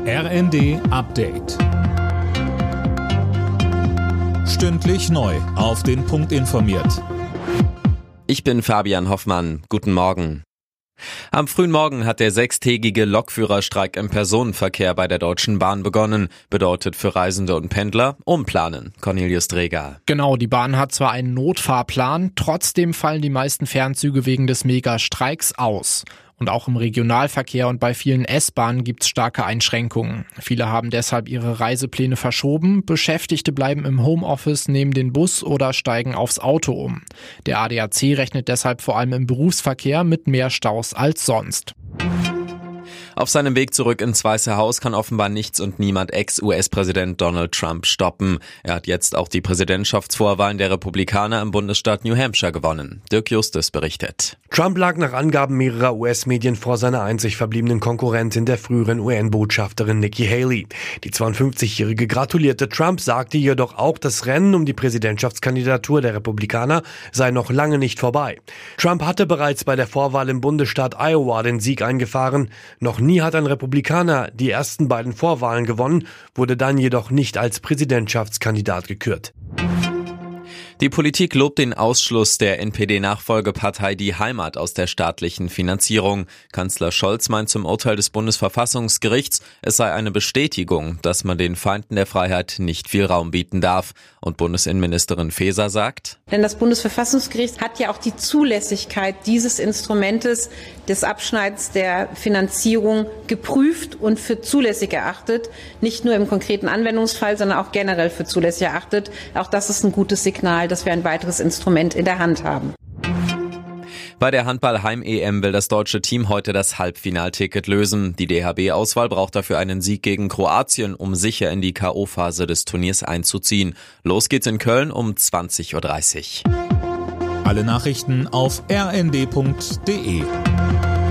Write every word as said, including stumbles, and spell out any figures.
R N D Update. Stündlich neu auf den Punkt informiert. Ich bin Fabian Hoffmann. Guten Morgen. Am frühen Morgen hat der sechstägige Lokführerstreik im Personenverkehr bei der Deutschen Bahn begonnen. Bedeutet für Reisende und Pendler umplanen. Cornelius Dreger. Genau, die Bahn hat zwar einen Notfahrplan, trotzdem fallen die meisten Fernzüge wegen des Megastreiks aus. Und auch im Regionalverkehr und bei vielen S-Bahnen gibt es starke Einschränkungen. Viele haben deshalb ihre Reisepläne verschoben. Beschäftigte bleiben im Homeoffice, nehmen den Bus oder steigen aufs Auto um. Der A D A C rechnet deshalb vor allem im Berufsverkehr mit mehr Staus als sonst. Auf seinem Weg zurück ins Weiße Haus kann offenbar nichts und niemand Ex-U S-Präsident Donald Trump stoppen. Er hat jetzt auch die Präsidentschaftsvorwahlen der Republikaner im Bundesstaat New Hampshire gewonnen. Dirk Justus berichtet. Trump lag nach Angaben mehrerer U S-Medien vor seiner einzig verbliebenen Konkurrentin, der früheren U N-Botschafterin Nikki Haley. Die zweiundfünfzigjährige gratulierte Trump, sagte jedoch auch, das Rennen um die Präsidentschaftskandidatur der Republikaner sei noch lange nicht vorbei. Trump hatte bereits bei der Vorwahl im Bundesstaat Iowa den Sieg eingefahren. Noch nie hat ein Republikaner die ersten beiden Vorwahlen gewonnen, wurde dann jedoch nicht als Präsidentschaftskandidat gekürt. Die Politik lobt den Ausschluss der N P D-Nachfolgepartei Die Heimat aus der staatlichen Finanzierung. Kanzler Scholz meint zum Urteil des Bundesverfassungsgerichts, es sei eine Bestätigung, dass man den Feinden der Freiheit nicht viel Raum bieten darf. Und Bundesinnenministerin Faeser sagt: Denn das Bundesverfassungsgericht hat ja auch die Zulässigkeit dieses Instrumentes des Abschneidens der Finanzierung geprüft und für zulässig erachtet. Nicht nur im konkreten Anwendungsfall, sondern auch generell für zulässig erachtet. Auch das ist ein gutes Signal, dass wir ein weiteres Instrument in der Hand haben. Bei der Handball-Heim-E M will das deutsche Team heute das Halbfinalticket lösen. Die D H B-Auswahl braucht dafür einen Sieg gegen Kroatien, um sicher in die K O-Phase des Turniers einzuziehen. Los geht's in Köln um zwanzig Uhr dreißig. Alle Nachrichten auf r n d punkt d e.